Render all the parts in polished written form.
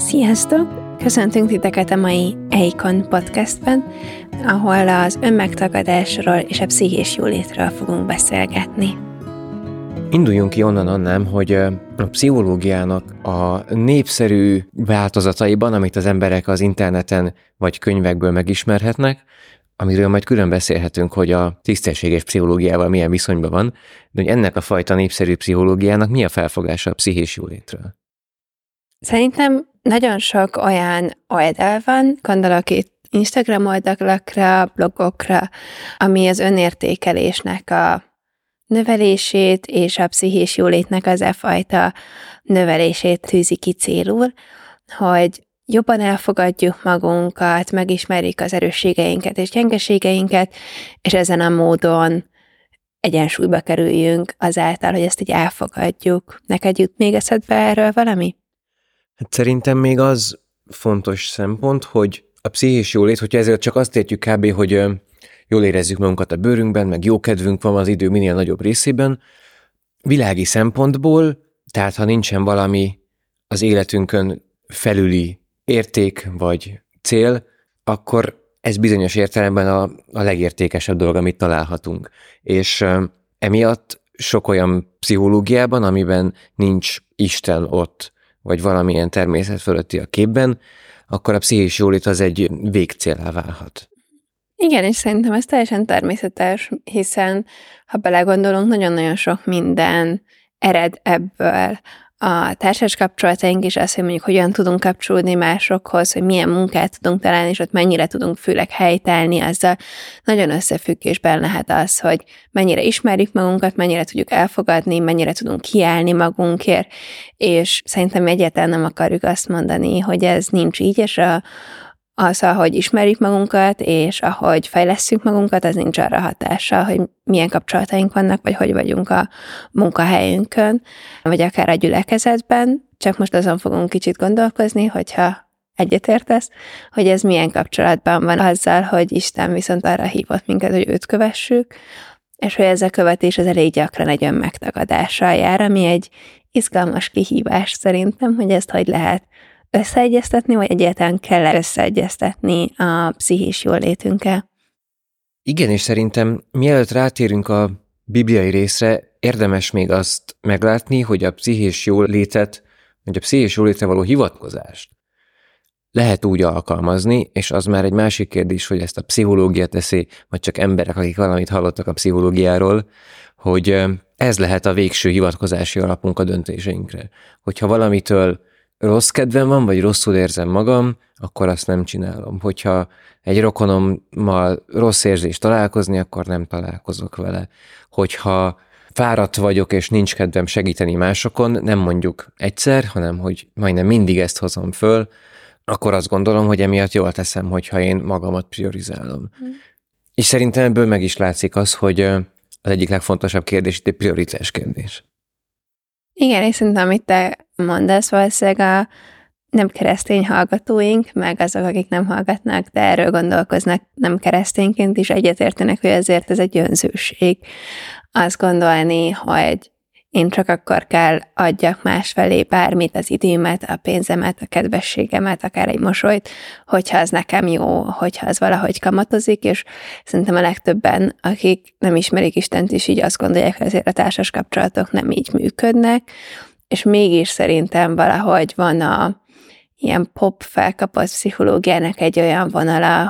Sziasztok! Köszöntünk titeket a mai Eikon podcastben, ahol az önmegtagadásról és a pszichés jólétről fogunk beszélgetni. Induljunk ki onnan, Annám, hogy a pszichológiának a népszerű változataiban, amit az emberek az interneten vagy könyvekből megismerhetnek, amiről majd külön beszélhetünk, hogy a tisztességes pszichológiával milyen viszonyban van, de hogy ennek a fajta népszerű pszichológiának mi a felfogása a pszichés jólétről? Szerintem nagyon sok olyan oldal van, gondolok itt Instagram oldalakra, blogokra, ami az önértékelésnek a növelését és a pszichés jólétnek az e fajta növelését tűzi ki célul, hogy jobban elfogadjuk magunkat, megismerjük az erősségeinket és gyengeségeinket, és ezen a módon egyensúlyba kerüljünk azáltal, hogy ezt így elfogadjuk. Neked jut még eszedbe erről valami? Hát szerintem még az fontos szempont, hogy a pszichés jólét, hogyha ezért csak azt értjük kb., hogy jól érezzük magunkat a bőrünkben, meg jó kedvünk van az idő minél nagyobb részében, világi szempontból, tehát ha nincsen valami az életünkön felüli érték vagy cél, akkor ez bizonyos értelemben a legértékesebb dolog, amit találhatunk. És emiatt sok olyan pszichológiában, amiben nincs Isten ott, vagy valamilyen természet fölötti a képben, akkor a pszichés jólét az egy végcéllá válhat. Igen, és szerintem ez teljesen természetes, hiszen ha belegondolunk, nagyon-nagyon sok minden ered ebből. A társas kapcsolataink is az, hogy mondjuk hogyan tudunk kapcsolódni másokhoz, hogy milyen munkát tudunk találni, és ott mennyire tudunk főleg helytállni, azzal nagyon összefüggésben lehet az, hogy mennyire ismerjük magunkat, mennyire tudjuk elfogadni, mennyire tudunk kiállni magunkért, és szerintem egyáltalán nem akarjuk azt mondani, hogy ez nincs így, és az, ahogy ismerjük magunkat, és ahogy fejlesszük magunkat, az nincs arra hatással, hogy milyen kapcsolataink vannak, vagy hogy vagyunk a munkahelyünkön, vagy akár a gyülekezetben. Csak most azon fogunk kicsit gondolkozni, hogyha egyetértesz, hogy ez milyen kapcsolatban van azzal, hogy Isten viszont arra hívott minket, hogy őt kövessük, és hogy ez a követés az elég gyakran egy önmegtagadással jár, ami egy izgalmas kihívás szerintem, hogy ezt hogy lehet összeegyeztetni, vagy egyáltalán kell összeegyeztetni a pszichés jólétünkkel? Igen, és szerintem mielőtt rátérünk a bibliai részre, érdemes még azt meglátni, hogy a pszichés jólétet, vagy a pszichés jólétre való hivatkozást lehet úgy alkalmazni, és az már egy másik kérdés, hogy ezt a pszichológia teszi, vagy csak emberek, akik valamit hallottak a pszichológiáról, hogy ez lehet a végső hivatkozási alapunk a döntéseinkre. Hogyha valamitől rossz kedvem van, vagy rosszul érzem magam, akkor azt nem csinálom. Hogyha egy rokonommal rossz érzés találkozni, akkor nem találkozok vele. Hogyha fáradt vagyok, és nincs kedvem segíteni másokon, nem mondjuk egyszer, hanem hogy majdnem mindig ezt hozom föl, akkor azt gondolom, hogy emiatt jól teszem, hogyha én magamat priorizálom. És szerintem ebből meg is látszik az, hogy az egyik legfontosabb kérdés itt egy prioritás kérdés. Igen, és szerintem, amit te mondasz, valószínűleg a nem keresztény hallgatóink, meg azok, akik nem hallgatnak, de erről gondolkoznak nem keresztényként is egyetértenek, hogy ezért ez egy önzőség. Azt gondolni, hogy én csak akkor kell adjak másfelé bármit, az időmet, a pénzemet, a kedvességemet, akár egy mosolyt, hogyha az nekem jó, hogyha az valahogy kamatozik, és szerintem a legtöbben, akik nem ismerik Istent is, így azt gondolják, hogy azért a társas kapcsolatok nem így működnek, és mégis szerintem valahogy van a ilyen pop felkapott pszichológiának egy olyan vonala,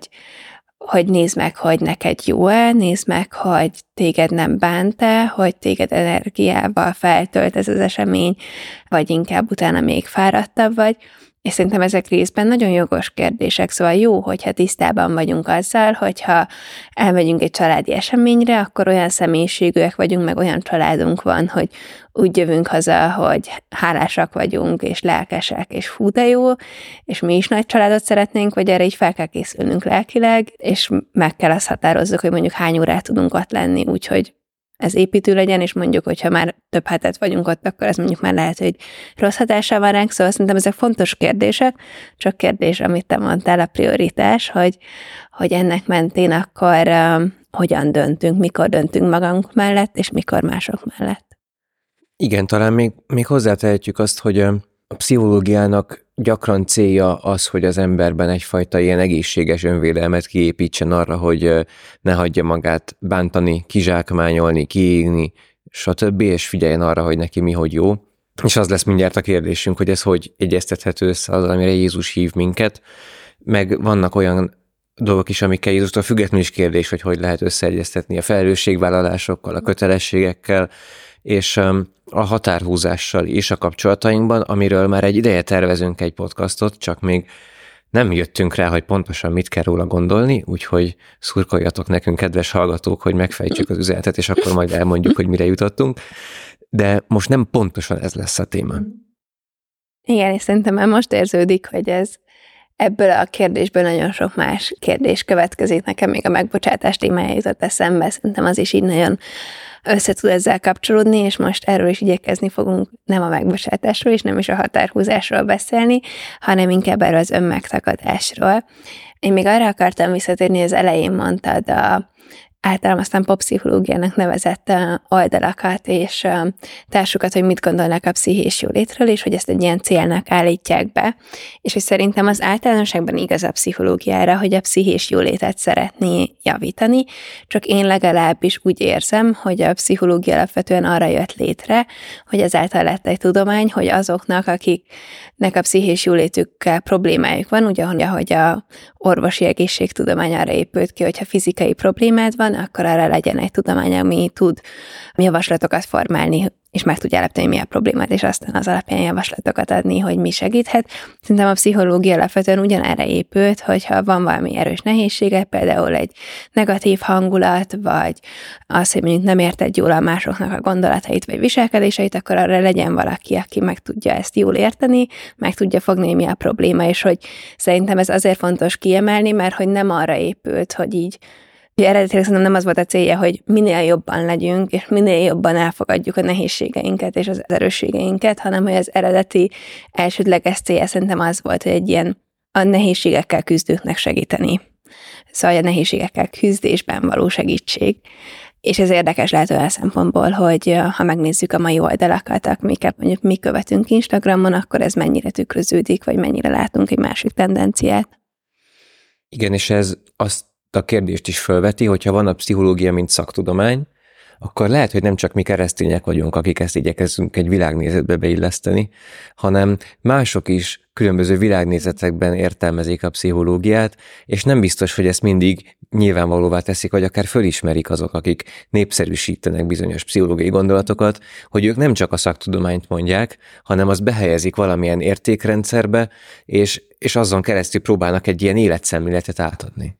hogy nézd meg, hogy neked jó-e, nézd meg, hogy téged nem bánt-e, hogy téged energiával feltölt ez az esemény, vagy inkább utána még fáradtabb vagy, és szerintem ezek részben nagyon jogos kérdések, szóval jó, hogyha tisztában vagyunk azzal, hogyha elmegyünk egy családi eseményre, akkor olyan személyiségűek vagyunk, meg olyan családunk van, hogy úgy jövünk haza, hogy hálásak vagyunk, és lelkesek, és hú de jó, és mi is nagy családot szeretnénk, vagy erre így fel kell készülnünk lelkileg, és meg kell azt határozzuk, hogy mondjuk hány órát tudunk ott lenni, úgyhogy ez építő legyen, és mondjuk, hogyha már több hetet vagyunk ott, akkor ez mondjuk már lehet, hogy rossz hatással van ránk, szóval szerintem ezek fontos kérdések, csak kérdés, amit te mondtál, a prioritás, hogy ennek mentén akkor hogyan döntünk, mikor döntünk magunk mellett, és mikor mások mellett. Igen, talán még hozzátehetjük azt, hogy a pszichológiának gyakran célja az, hogy az emberben egyfajta ilyen egészséges önvédelmet kiépítsen arra, hogy ne hagyja magát bántani, kizsákmányolni, kiégni, stb. És figyeljen arra, hogy neki mi hogy jó. És az lesz mindjárt a kérdésünk, hogy ez hogy egyeztethető össze az, amire Jézus hív minket. Meg vannak olyan dolgok is, amikkel Jézustól függetlenül is kérdés, hogy lehet összeegyeztetni a felelősségvállalásokkal, a kötelességekkel, és a határhúzással is a kapcsolatainkban, amiről már egy ideje tervezünk egy podcastot, csak még nem jöttünk rá, hogy pontosan mit kell róla gondolni, úgyhogy szurkoljatok nekünk, kedves hallgatók, hogy megfejtsük az üzenetet, és akkor majd elmondjuk, hogy mire jutottunk. De most nem pontosan ez lesz a téma. Igen, és szerintem már most érződik, hogy ebből a kérdésből nagyon sok más kérdés következik. Nekem még a megbocsátás témája jutott eszembe, szerintem az is így nagyon össze tud ezzel kapcsolódni, és most erről is igyekezni fogunk, nem a megbocsátásról és nem is a határhúzásról beszélni, hanem inkább erről az önmegtagadásról. Én még arra akartam visszatérni, hogy az elején mondtad általában aztán poppszichológiának nevezett oldalakat és társukat, hogy mit gondolnak a pszichés jólétről, és hogy ezt egy ilyen célnak állítják be, és hogy szerintem az általánosságban igaz a pszichológiára, hogy a pszichés jólétet szeretné javítani, csak én legalábbis úgy érzem, hogy a pszichológia alapvetően arra jött létre, hogy ezáltal lett egy tudomány, hogy azoknak, akiknek a pszichés jólétükkel problémájuk van, ahogy a orvosi egészségtudomány arra épült ki, hogyha fizikai problémád van, akkor arra legyen egy tudomány, ami tud javaslatokat formálni, és meg tudja állapítani, mi a problémát, és aztán az alapján javaslatokat adni, hogy mi segíthet. Szerintem a pszichológia alapvetően ugyanerre épült, hogyha van valami erős nehézsége, például egy negatív hangulat, vagy az, hogy mondjuk nem érted jól a másoknak a gondolatait, vagy viselkedéseit, akkor arra legyen valaki, aki meg tudja ezt jól érteni, meg tudja fogni, mi a probléma, és hogy szerintem ez azért fontos kiemelni, mert hogy nem arra épült, hogy így eredetileg szerintem nem az volt a célja, hogy minél jobban legyünk, és minél jobban elfogadjuk a nehézségeinket és az erősségeinket, hanem hogy az eredeti elsődleges célja szerintem az volt, hogy egy ilyen a nehézségekkel küzdőknek segíteni. Szóval a nehézségekkel küzdésben való segítség. És ez érdekes lehet olyan szempontból, hogy ha megnézzük a mai oldalakat, amiket mondjuk mi követünk Instagramon, akkor ez mennyire tükröződik, vagy mennyire látunk egy másik tendenciát. Igen, és ez azt a kérdést is felveti, hogyha van a pszichológia, mint szaktudomány, akkor lehet, hogy nem csak mi keresztények vagyunk, akik ezt igyekezünk egy világnézetbe beilleszteni, hanem mások is különböző világnézetekben értelmezik a pszichológiát, és nem biztos, hogy ezt mindig nyilvánvalóvá teszik, vagy akár fölismerik azok, akik népszerűsítenek bizonyos pszichológiai gondolatokat, hogy ők nem csak a szaktudományt mondják, hanem azt behelyezik valamilyen értékrendszerbe, és azon keresztül próbálnak egy ilyen életszemléletet átadni.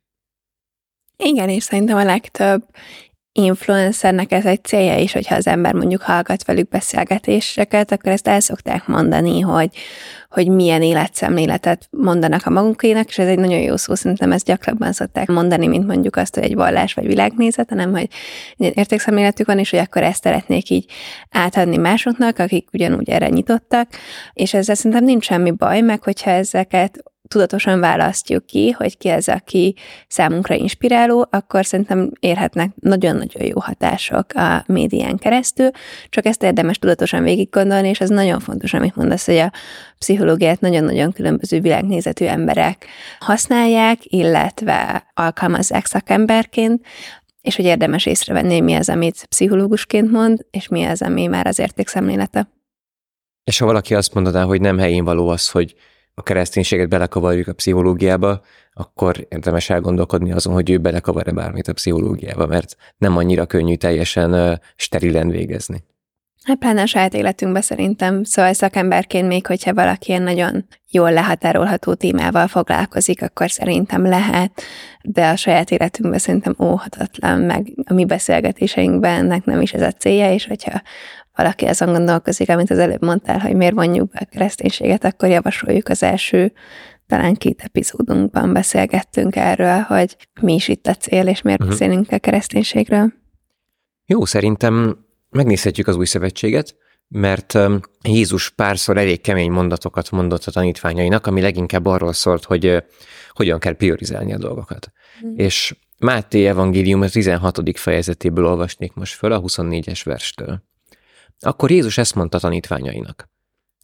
Igen, és szerintem a legtöbb influencernek ez egy célja is, hogyha az ember mondjuk hallgat velük beszélgetéseket, akkor ezt el szokták mondani, hogy milyen életszemléletet mondanak a magunkének, és ez egy nagyon jó szó, szerintem ezt gyakrabban szokták mondani, mint mondjuk azt, hogy egy vallás vagy világnézet, hanem hogy egy értékszemléletük van, és hogy akkor ezt szeretnék így átadni másoknak, akik ugyanúgy erre nyitottak, és ezzel szerintem nincs semmi baj, meg hogyha ezeket tudatosan választjuk ki, hogy ki az, aki számunkra inspiráló, akkor szerintem érhetnek nagyon-nagyon jó hatások a médián keresztül, csak ezt érdemes tudatosan végig gondolni, és ez nagyon fontos, amit mondasz, hogy a pszichológiát nagyon-nagyon különböző világnézetű emberek használják, illetve alkalmazzák szakemberként, és hogy érdemes észrevenni, hogy mi az, amit pszichológusként mond, és mi az, ami már az értékszemlélete. És ha valaki azt mondaná, hogy nem helyén való az, hogy a kereszténységet belekavarjuk a pszichológiába, akkor érdemes elgondolkodni azon, hogy ő belekavar-e bármit a pszichológiába, mert nem annyira könnyű teljesen sterilen végezni. Hát pláne a saját életünkben szerintem, szóval szakemberként még, hogyha valaki ilyen nagyon jól lehatárolható témával foglalkozik, akkor szerintem lehet, de a saját életünkben szerintem óhatatlan, meg a mi beszélgetéseinkben ennek nem is ez a célja, és hogyha valaki azon gondolkozik, amit az előbb mondtál, hogy miért vonjuk be a kereszténységet, akkor javasoljuk az első, talán 2 epizódunkban beszélgettünk erről, hogy mi is itt a cél, és miért beszélünk a kereszténységről. Jó, szerintem megnézhetjük az Új Szövetséget, mert Jézus párszor elég kemény mondatokat mondott a tanítványainak, ami leginkább arról szólt, hogy hogyan kell priorizálni a dolgokat. És Máté evangélium a 16. fejezetéből olvasnék most föl, a 24-es verstől. Akkor Jézus ezt mondta tanítványainak.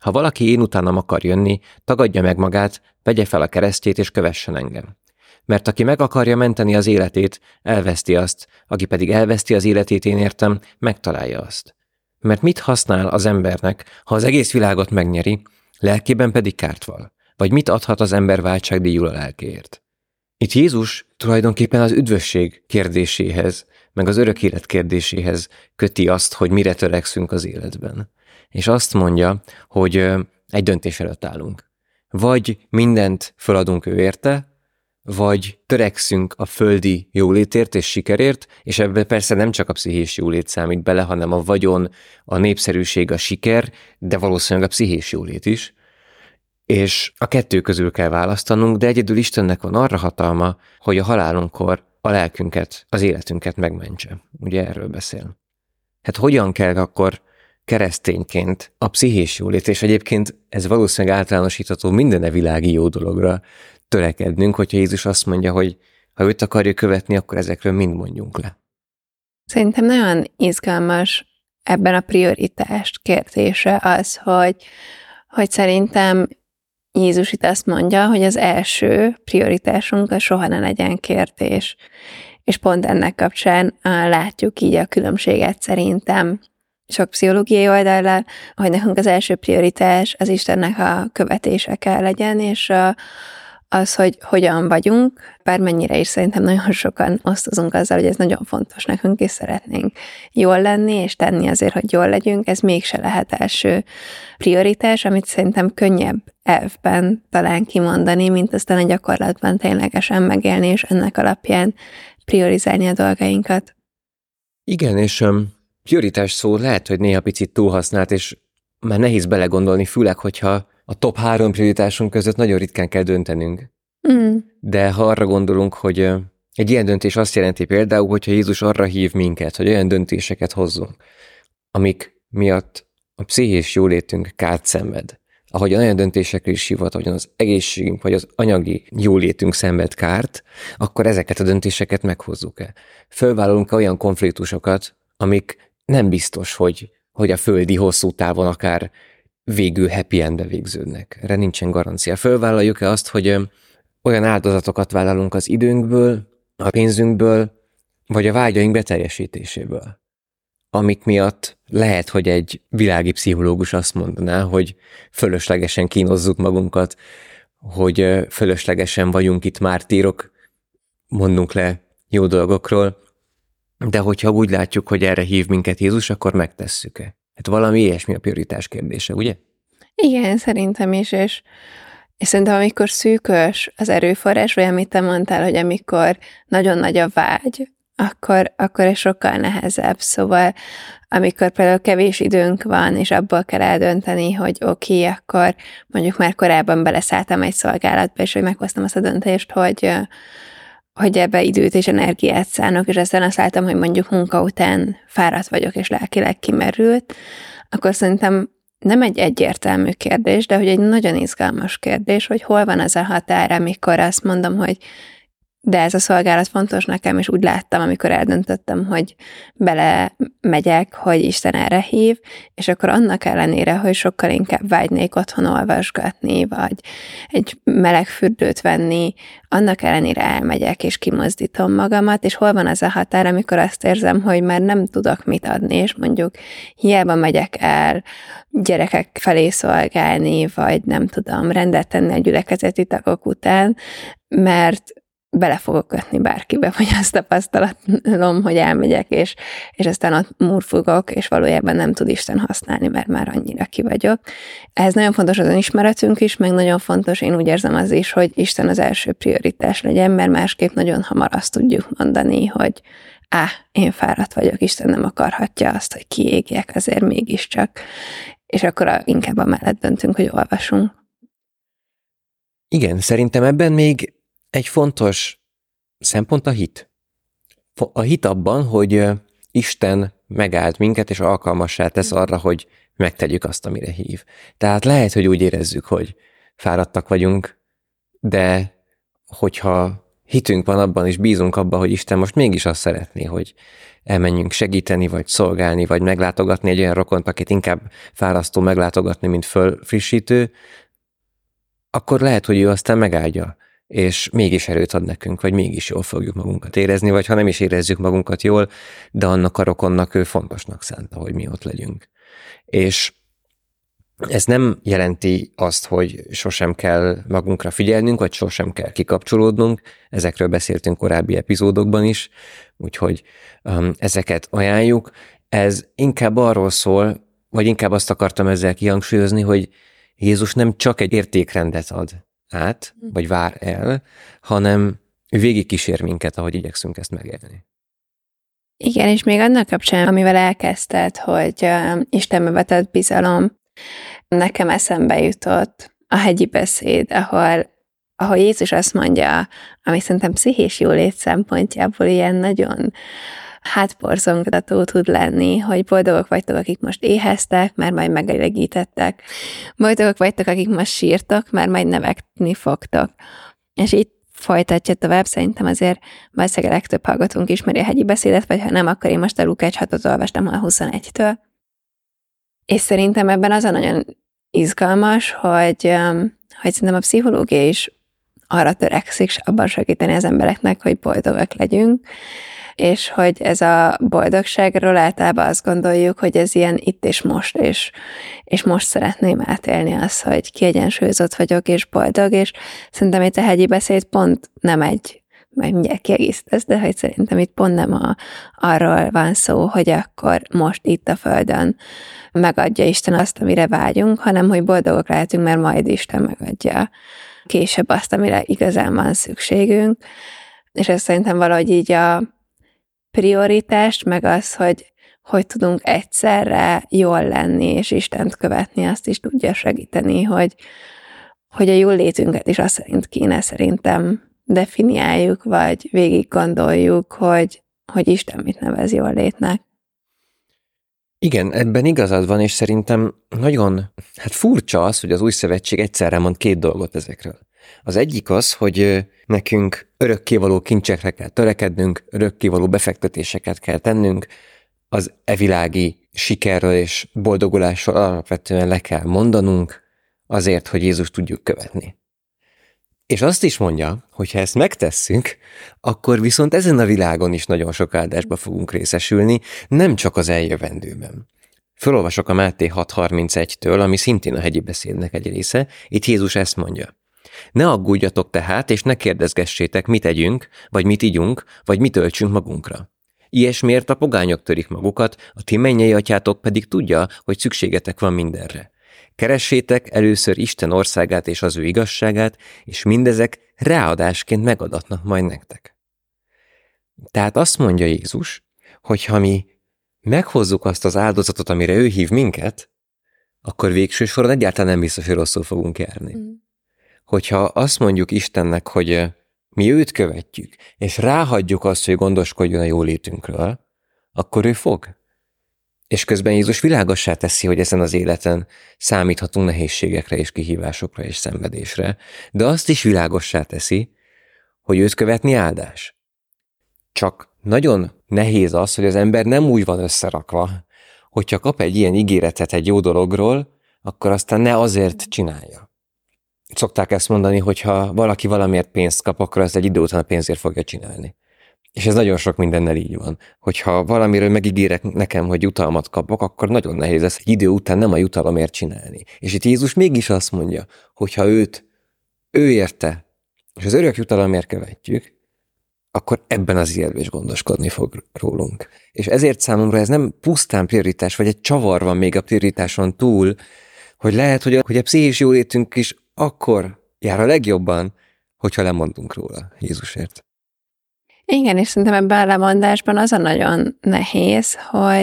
Ha valaki én utánam akar jönni, tagadja meg magát, vegye fel a keresztjét és kövessen engem. Mert aki meg akarja menteni az életét, elveszti azt, aki pedig elveszti az életét, én értem, megtalálja azt. Mert mit használ az embernek, ha az egész világot megnyeri, lelkében pedig kárt val? Vagy mit adhat az ember váltságdíjul a lelkéért? Itt Jézus tulajdonképpen az üdvösség kérdéséhez, meg az örök élet kérdéséhez köti azt, hogy mire törekszünk az életben. És azt mondja, hogy egy döntés előtt állunk. Vagy mindent feladunk ő érte, vagy törekszünk a földi jólétért és sikerért, és ebben persze nem csak a pszichés jólét számít bele, hanem a vagyon, a népszerűség, a siker, de valószínűleg a pszichés jólét is. És a kettő közül kell választanunk, de egyedül Istennek van arra hatalma, hogy a halálunkkor a lelkünket, az életünket megmentse. Ugye erről beszél. Hát hogyan kell akkor keresztényként a pszichés jólét, és egyébként ez valószínűleg általánosítható minden világi jó dologra törekednünk, hogyha Jézus azt mondja, hogy ha őt akarja követni, akkor ezekről mind mondjunk le. Szerintem nagyon izgalmas ebben a prioritást kérdése az, hogy szerintem Jézus itt azt mondja, hogy az első prioritásunk az soha ne legyen kérdés. És pont ennek kapcsán látjuk így a különbséget szerintem sok pszichológiai oldallal, hogy nekünk az első prioritás az Istennek a követése kell legyen, és az, hogy hogyan vagyunk, bármennyire is szerintem nagyon sokan osztozunk azzal, hogy ez nagyon fontos nekünk, és szeretnénk jól lenni, és tenni azért, hogy jól legyünk, ez mégse lehet első prioritás, amit szerintem könnyebb elvben talán kimondani, mint aztán a gyakorlatban ténylegesen megélni, és ennek alapján priorizálni a dolgainkat. Igen, és prioritás szó lehet, hogy néha picit túlhasznált, és már nehéz belegondolni, főleg, hogyha a top 3 prioritásunk között nagyon ritkán kell döntenünk. De ha arra gondolunk, hogy egy ilyen döntés azt jelenti például, hogyha Jézus arra hív minket, hogy olyan döntéseket hozzunk, amik miatt a pszichés jólétünk kárt szenved, ahogy olyan döntésekre is hivat, ahogyan az egészségünk vagy az anyagi jólétünk szenved kárt, akkor ezeket a döntéseket meghozzuk-e. Fölvállalunk olyan konfliktusokat, amik nem biztos, hogy a földi hosszú távon akár végül happy endbe végződnek. Erre nincsen garancia. Fölvállaljuk-e azt, hogy olyan áldozatokat vállalunk az időnkből, a pénzünkből, vagy a vágyaink beteljesítéséből, amik miatt lehet, hogy egy világi pszichológus azt mondaná, hogy fölöslegesen kínozzuk magunkat, hogy fölöslegesen vagyunk itt mártírok, mondunk le jó dolgokról, de hogyha úgy látjuk, hogy erre hív minket Jézus, akkor megtesszük-e? Hát valami ilyesmi a prioritás kérdése, ugye? Igen, szerintem is, és szerintem amikor szűkös az erőforrás, vagy amit te mondtál, hogy amikor nagyon nagy a vágy, akkor ez sokkal nehezebb. Szóval amikor például kevés időnk van, és abból kell eldönteni, hogy oké, akkor mondjuk már korábban beleszálltam egy szolgálatba, és hogy meghoztam azt a döntést, hogy ebbe időt és energiát szánok, és aztán azt láttam, hogy mondjuk munka után fáradt vagyok, és lelkileg kimerült, akkor szerintem nem egy egyértelmű kérdés, de hogy egy nagyon izgalmas kérdés, hogy hol van az a határ, amikor azt mondom, hogy de ez a szolgálat fontos nekem, és úgy láttam, amikor eldöntöttem, hogy bele megyek, hogy Isten erre hív, és akkor annak ellenére, hogy sokkal inkább vágynék otthon olvasgatni, vagy egy meleg fürdőt venni, annak ellenére elmegyek, és kimozdítom magamat, és hol van az a határ, amikor azt érzem, hogy már nem tudok mit adni, és mondjuk hiába megyek el gyerekek felé szolgálni, vagy nem tudom, rendet tenni a gyülekezeti tagok után, mert bele fogok kötni bárkibe, vagy azt tapasztalom, hogy elmegyek, és aztán ott murfogok, és valójában nem tud Isten használni, mert már annyira ki vagyok. Ez nagyon fontos az önismeretünk is, meg nagyon fontos, én úgy érzem az is, hogy Isten az első prioritás legyen, mert másképp nagyon hamar azt tudjuk mondani, hogy én fáradt vagyok, Isten nem akarhatja azt, hogy kiégjek, azért mégiscsak. És akkor inkább amellett döntünk, hogy olvasunk. Igen, szerintem ebben még egy fontos szempont a hit. A hit abban, hogy Isten megállt minket, és alkalmassá tesz arra, hogy megtegyük azt, amire hív. Tehát lehet, hogy úgy érezzük, hogy fáradtak vagyunk, de hogyha hitünk van abban, és bízunk abban, hogy Isten most mégis azt szeretné, hogy elmenjünk segíteni, vagy szolgálni, vagy meglátogatni egy olyan rokont, akit inkább fárasztó meglátogatni, mint fölfrissítő, akkor lehet, hogy ő aztán megáldja, és mégis erőt ad nekünk, vagy mégis jól fogjuk magunkat érezni, vagy ha nem is érezzük magunkat jól, de annak a rokonnak ő fontosnak szánta, hogy mi ott legyünk. És ez nem jelenti azt, hogy sosem kell magunkra figyelnünk, vagy sosem kell kikapcsolódnunk, ezekről beszéltünk korábbi epizódokban is, úgyhogy ezeket ajánljuk. Ez inkább arról szól, vagy inkább azt akartam ezzel kihangsúlyozni, hogy Jézus nem csak egy értékrendet ad át, vagy vár el, hanem végigkísér minket, ahogy igyekszünk ezt megélni. Igen, és még annak kapcsán, amivel elkezdted, hogy Istenbe vetett bizalom, nekem eszembe jutott a hegyi beszéd, ahol Jézus azt mondja, ami szerintem pszichés jólét szempontjából ilyen nagyon hátborzongató tud lenni, hogy boldogok vagytok, akik most éheztek, mert majd megelegítettek. Boldogok vagytok, akik most sírtok, mert majd nevetni fogtok. És itt folytatja tovább, szerintem azért valószínűleg a legtöbb hallgatónk ismeri a hegyi beszédet, vagy ha nem, akkor én most a Lukács 6-ot olvastam a 21-től. És szerintem ebben az a nagyon izgalmas, hogy szerintem a pszichológia is arra törekszik, és abban segíteni az embereknek, hogy boldogak legyünk, és hogy ez a boldogságról általában azt gondoljuk, hogy ez ilyen itt és most, és most szeretném átélni azt, hogy kiegyensúlyozott vagyok, és boldog, és szerintem itt a hegyi beszéd pont nem majd mindjárt kiegészítesz, de hogy szerintem itt pont nem arról van szó, hogy akkor most itt a Földön megadja Isten azt, amire vágyunk, hanem hogy boldogok lehetünk, mert majd Isten megadja később azt, amire igazán van szükségünk. És ez szerintem valahogy így a prioritást, meg az, hogy tudunk egyszerre jól lenni, és Istent követni, azt is tudja segíteni, hogy a jól létünket is azt szerint kéne szerintem definiáljuk, vagy végig gondoljuk, hogy Isten mit nevez jól létnek. Igen, ebben igazad van, és szerintem nagyon furcsa az, hogy az Új Szövetség egyszerre mond két dolgot ezekről. Az egyik az, hogy nekünk örökkévaló kincsekre kell törekednünk, örökkévaló befektetéseket kell tennünk, az evilági sikerről és boldogulásról alapvetően le kell mondanunk azért, hogy Jézust tudjuk követni. És azt is mondja, hogy ha ezt megtesszük, akkor viszont ezen a világon is nagyon sok áldásba fogunk részesülni, nem csak az eljövendőben. Fölolvasok a Máté 6.31-től, ami szintén a hegyi beszédnek egy része, itt Jézus ezt mondja. Ne aggódjatok tehát, és ne kérdezgessétek, mit együnk, vagy mit igyunk, vagy mit öltsünk magunkra. Ilyesmiért a pogányok törik magukat, a ti mennyei atyátok pedig tudja, hogy szükségetek van mindenre. Keressétek először Isten országát és az ő igazságát, és mindezek ráadásként megadatnak majd nektek. Tehát azt mondja Jézus, hogy ha mi meghozzuk azt az áldozatot, amire ő hív minket, akkor végső soron egyáltalán nem biztos, hogy rosszul fogunk járni. Hogyha azt mondjuk Istennek, hogy mi őt követjük, és ráhagyjuk azt, hogy gondoskodjon a jólétünkről, akkor ő fog. És közben Jézus világossá teszi, hogy ezen az életen számíthatunk nehézségekre és kihívásokra és szenvedésre, de azt is világossá teszi, hogy őt követni áldás. Csak nagyon nehéz az, hogy az ember nem úgy van összerakva, hogyha kap egy ilyen ígéretet egy jó dologról, akkor aztán ne azért csinálja. Szokták ezt mondani, hogy ha valaki valamiért pénzt kap, akkor ezt egy idő után a pénzért fogja csinálni. És ez nagyon sok mindennel így van. Hogyha valamiről megígérek nekem, hogy jutalmat kapok, akkor nagyon nehéz ezt egy idő után nem a jutalomért csinálni. És itt Jézus mégis azt mondja, hogyha ő érte, és az örök jutalomért követjük, akkor ebben az életben is gondoskodni fog rólunk. És ezért számomra ez nem pusztán prioritás, vagy egy csavar van még a prioritáson túl, hogy lehet, hogy a pszichés jólétünk is akkor jár a legjobban, hogyha lemondunk róla Jézusért. Igen, és szerintem ebben a lemondásban az a nagyon nehéz,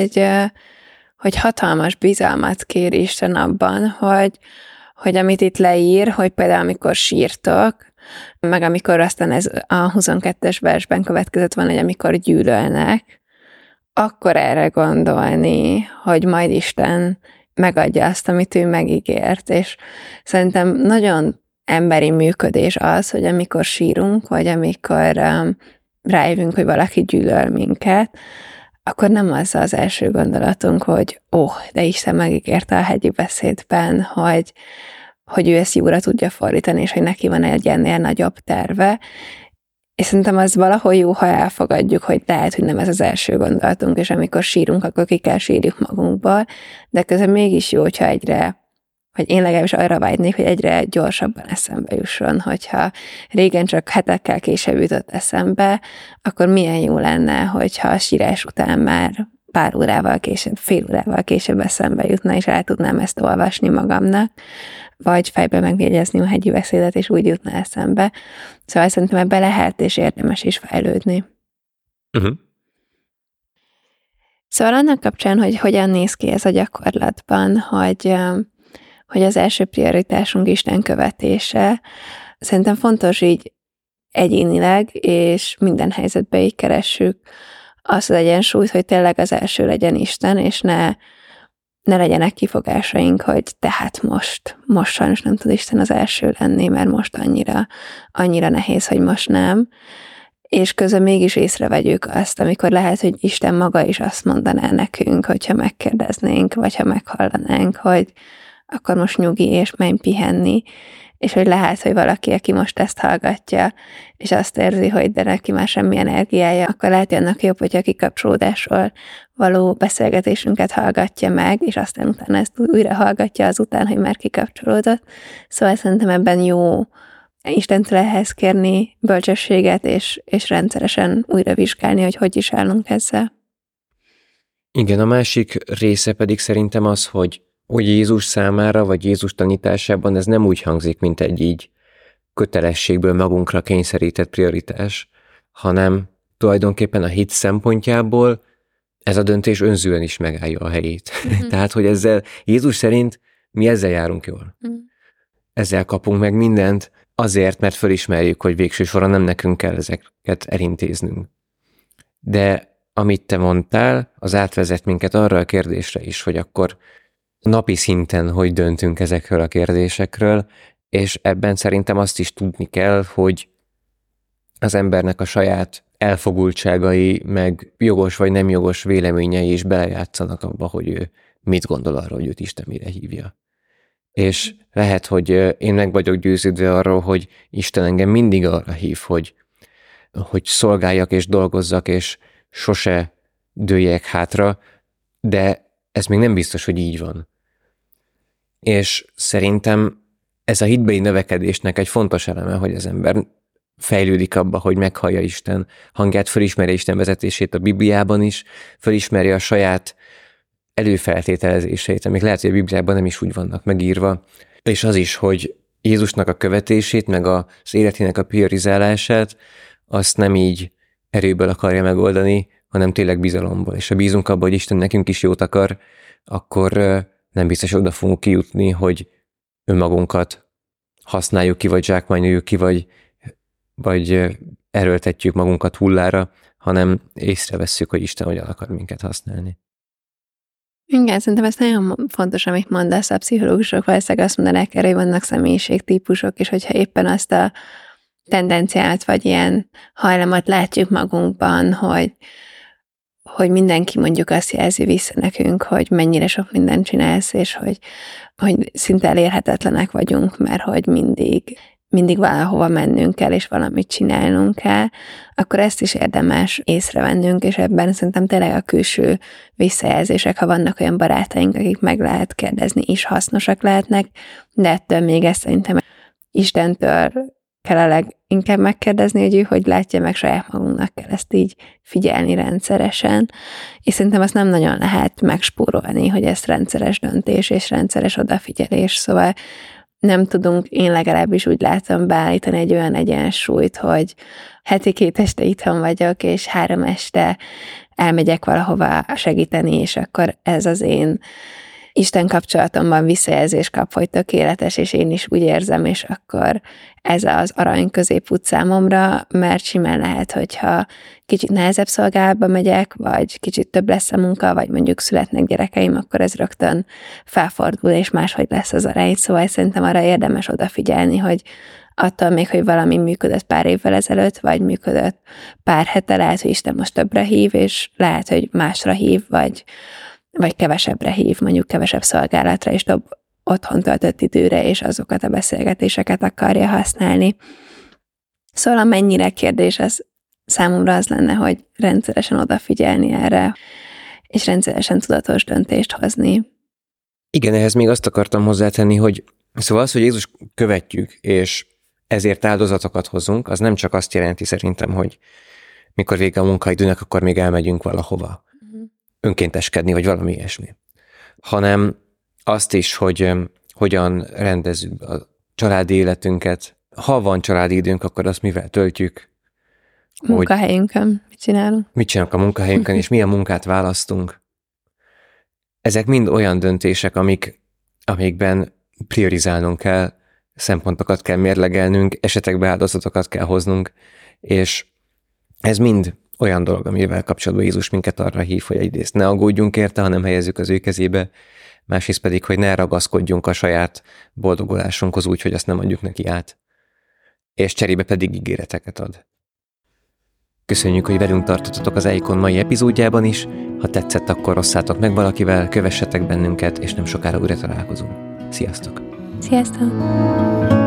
hogy hatalmas bizalmat kér Isten abban, hogy amit itt leír, hogy például amikor sírtok, meg amikor aztán ez a 22-es versben következett van, hogy amikor gyűlölnek, akkor erre gondolni, hogy majd Isten megadja azt, amit ő megígért, és szerintem nagyon emberi működés az, hogy amikor sírunk, vagy amikor rájövünk, hogy valaki gyűlöl minket, akkor nem az első gondolatunk, hogy de Isten megígérte a hegyi beszédben, hogy ő ezt jóra tudja fordítani, és hogy neki van egy ennél nagyobb terve. És szerintem az valahol jó, ha elfogadjuk, hogy lehet, hogy nem ez az első gondolatunk, és amikor sírunk, akkor ki kell sírjuk magunkból, de közben mégis jó, hogyha vagy én legalábbis arra vágynék, hogy egyre gyorsabban eszembe jusson, hogyha régen csak hetekkel később jutott eszembe, akkor milyen jó lenne, hogyha a sírás után már pár órával később, fél órával később eszembe jutna, és el tudnám ezt olvasni magamnak, vagy fejbe megjegyezni a hegyi beszédet, és úgy jutna eszembe. Szóval szerintem ebbe lehet, és érdemes is fejlődni. Uh-huh. Szóval annak kapcsán, hogy hogyan néz ki ez a gyakorlatban, hogy az első prioritásunk Isten követése, szerintem fontos így egyénileg, és minden helyzetben így keressük azt az egyensúlyt, hogy tényleg az első legyen Isten, és ne legyenek kifogásaink, hogy tehát most sajnos nem tud Isten az első lenni, mert most annyira nehéz, hogy most nem. És közben mégis észrevegyük azt, amikor lehet, hogy Isten maga is azt mondaná nekünk, hogyha megkérdeznénk, vagy ha meghallanánk, hogy akkor most nyugi, és menj pihenni, és hogy lehet, hogy valaki, aki most ezt hallgatja, és azt érzi, hogy de neki már semmi energiája, akkor lehet, hogy annak jobb, hogyha a kikapcsolódásról való beszélgetésünket hallgatja meg, és aztán utána ezt újra hallgatja azután, hogy már kikapcsolódott. Szóval szerintem ebben jó Istentől ehhez kérni bölcsességet, és rendszeresen újra vizsgálni, hogy is állunk ezzel. Igen, a másik része pedig szerintem az, hogy Jézus számára, vagy Jézus tanításában ez nem úgy hangzik, mint egy így kötelességből magunkra kényszerített prioritás, hanem tulajdonképpen a hit szempontjából ez a döntés önzően is megállja a helyét. Mm-hmm. Tehát, hogy ezzel Jézus szerint mi ezzel járunk jól. Mm. Ezzel kapunk meg mindent, azért, mert fölismerjük, hogy végső soron nem nekünk kell ezeket elintéznünk. De amit te mondtál, az átvezet minket arra a kérdésre is, hogy akkor napi szinten hogy döntünk ezekről a kérdésekről, és ebben szerintem azt is tudni kell, hogy az embernek a saját elfogultságai, meg jogos vagy nem jogos véleményei is belejátszanak abba, hogy ő mit gondol arról, hogy őt Isten mire hívja. És lehet, hogy én meg vagyok győződve arról, hogy Isten engem mindig arra hív, hogy szolgáljak és dolgozzak, és sose dőljek hátra, de ez még nem biztos, hogy így van. És szerintem ez a hitbeli növekedésnek egy fontos eleme, hogy az ember fejlődik abba, hogy meghallja Isten hangját, fölismerje Isten vezetését a Bibliában is, fölismerje a saját előfeltételezéseit, amik lehet, hogy a Bibliában nem is úgy vannak megírva, és az is, hogy Jézusnak a követését, meg az életének a priorizálását, azt nem így erőből akarja megoldani, hanem tényleg bizalomból. És ha bízunk abban, hogy Isten nekünk is jót akar, akkor nem biztos oda fogunk kijutni, hogy önmagunkat használjuk ki, vagy zsákmányoljuk ki, vagy erőltetjük magunkat hullára, hanem észrevesszük, hogy Isten hogyan akar minket használni. Igen, szerintem ez nagyon fontos, amit mondasz. A pszichológusok valószínűleg azt mondanák erre, hogy vannak személyiségtípusok, és hogyha éppen azt a tendenciát, vagy ilyen hajlamot látjuk magunkban, hogy mindenki mondjuk azt jelzi vissza nekünk, hogy mennyire sok mindent csinálsz, és hogy szinte elérhetetlenek vagyunk, mert hogy mindig valahova mennünk kell, és valamit csinálnunk kell, akkor ezt is érdemes észrevennünk, és ebben szerintem tényleg a külső visszajelzések, ha vannak olyan barátaink, akik meg lehet kérdezni, is hasznosak lehetnek, de ettől még ezt szerintem Istentől kell a leginkább megkérdezni, hogy ő hogy látja, meg saját magunknak kell ezt így figyelni rendszeresen, és szerintem azt nem nagyon lehet megspórolni, hogy ez rendszeres döntés és rendszeres odafigyelés, szóval nem tudunk, én legalábbis úgy látom, beállítani egy olyan egyensúlyt, hogy heti 2 este itthon vagyok, és 3 este elmegyek valahova segíteni, és akkor ez az én Isten kapcsolatomban visszajelzést kap, hogy tökéletes, és én is úgy érzem, és akkor ez az arany középút számomra, mert simán lehet, hogyha kicsit nehezebb szolgálatba megyek, vagy kicsit több lesz a munka, vagy mondjuk születnek gyerekeim, akkor ez rögtön felfordul, és máshogy lesz az arány. Szóval szerintem arra érdemes odafigyelni, hogy attól még, hogy valami működött pár évvel ezelőtt, vagy működött pár hete, lehet, hogy Isten most többre hív, és lehet, hogy másra hív, vagy kevesebbre hív, mondjuk kevesebb szolgálatra, és több otthon töltött időre, és azokat a beszélgetéseket akarja használni. Szóval mennyire kérdés, az számomra az lenne, hogy rendszeresen odafigyelni erre, és rendszeresen tudatos döntést hozni. Igen, ehhez még azt akartam hozzátenni, hogy szóval az, hogy Jézus követjük, és ezért áldozatokat hozunk, az nem csak azt jelenti szerintem, hogy mikor vége a munkaidőnek, akkor még elmegyünk valahova önkénteskedni, vagy valami ilyesmi. Hanem azt is, hogy hogyan rendezzük a családi életünket. Ha van családi időnk, akkor azt mivel töltjük. Munkahelyünkön mit csinálunk? Mit csinálunk a munkahelyünkön, és milyen munkát választunk. Ezek mind olyan döntések, amikben priorizálnunk kell, szempontokat kell mérlegelnünk, esetekben áldozatokat kell hoznunk, és ez mind olyan dolog, amivel kapcsolatban Jézus minket arra hív, hogy egyrészt ne aggódjunk érte, hanem helyezzük az ő kezébe, másrészt pedig, hogy ne ragaszkodjunk a saját boldogulásunkhoz úgy, hogy azt nem adjuk neki át. És cserébe pedig ígéreteket ad. Köszönjük, hogy velünk tartottatok az EIKON mai epizódjában is. Ha tetszett, akkor osszátok meg valakivel, kövessetek bennünket, és nem sokára újra találkozunk. Sziasztok! Sziasztok!